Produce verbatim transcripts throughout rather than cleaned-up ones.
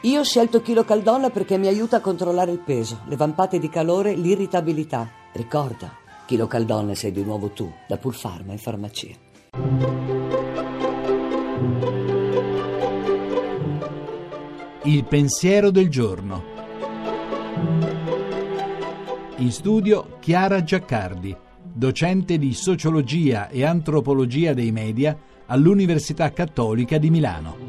Io ho scelto KiloCaldonna perché mi aiuta a controllare il peso, le vampate di calore, l'irritabilità. Ricorda, KiloCaldonna sei di nuovo tu, da Pulpharma in farmacia. Il pensiero del giorno. In studio Chiara Giaccardi, docente di sociologia e antropologia dei media all'Università Cattolica di Milano.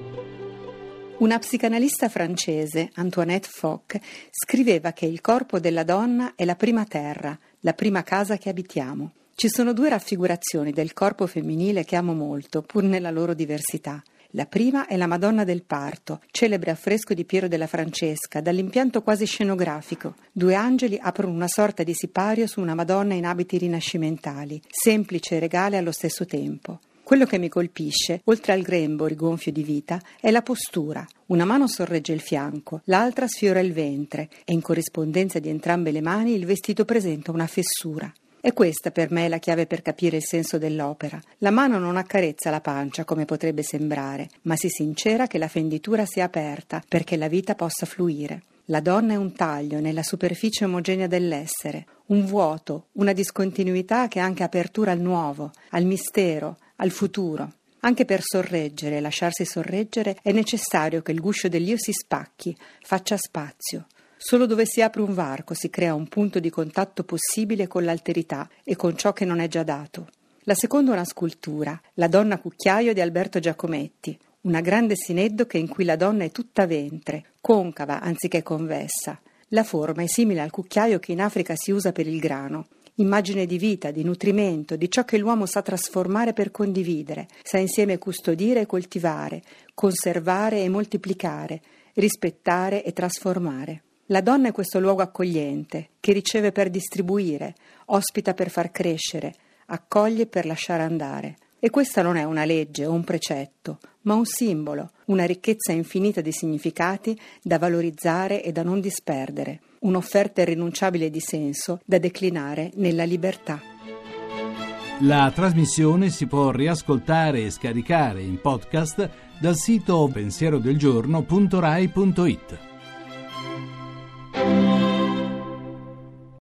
Una psicanalista francese, Antoinette Foch, scriveva che il corpo della donna è la prima terra, la prima casa che abitiamo. Ci sono due raffigurazioni del corpo femminile che amo molto, pur nella loro diversità. La prima è la Madonna del Parto, celebre affresco di Piero della Francesca, dall'impianto quasi scenografico. Due angeli aprono una sorta di sipario su una Madonna in abiti rinascimentali, semplice e regale allo stesso tempo. Quello che mi colpisce, oltre al grembo rigonfio di vita, è la postura. Una mano sorregge il fianco, l'altra sfiora il ventre e in corrispondenza di entrambe le mani il vestito presenta una fessura. E questa per me è la chiave per capire il senso dell'opera. La mano non accarezza la pancia come potrebbe sembrare, ma si sincera che la fenditura sia aperta perché la vita possa fluire. La donna è un taglio nella superficie omogenea dell'essere, un vuoto, una discontinuità che ha anche apertura al nuovo, al mistero, al futuro. Anche per sorreggere e lasciarsi sorreggere è necessario che il guscio dell'io si spacchi, faccia spazio. Solo dove si apre un varco si crea un punto di contatto possibile con l'alterità e con ciò che non è già dato. La seconda è una scultura, La donna cucchiaio di Alberto Giacometti, una grande sineddoche in cui la donna è tutta ventre, concava anziché convessa. La forma è simile al cucchiaio che in Africa si usa per il grano. Immagine di vita, di nutrimento, di ciò che l'uomo sa trasformare per condividere, sa insieme custodire e coltivare, conservare e moltiplicare, rispettare e trasformare. La donna è questo luogo accogliente, che riceve per distribuire, ospita per far crescere, accoglie per lasciare andare. E questa non è una legge o un precetto, ma un simbolo, una ricchezza infinita di significati da valorizzare e da non disperdere, un'offerta irrinunciabile di senso da declinare nella libertà. La trasmissione si può riascoltare e scaricare in podcast dal sito pensierodelgiorno punto rai punto it.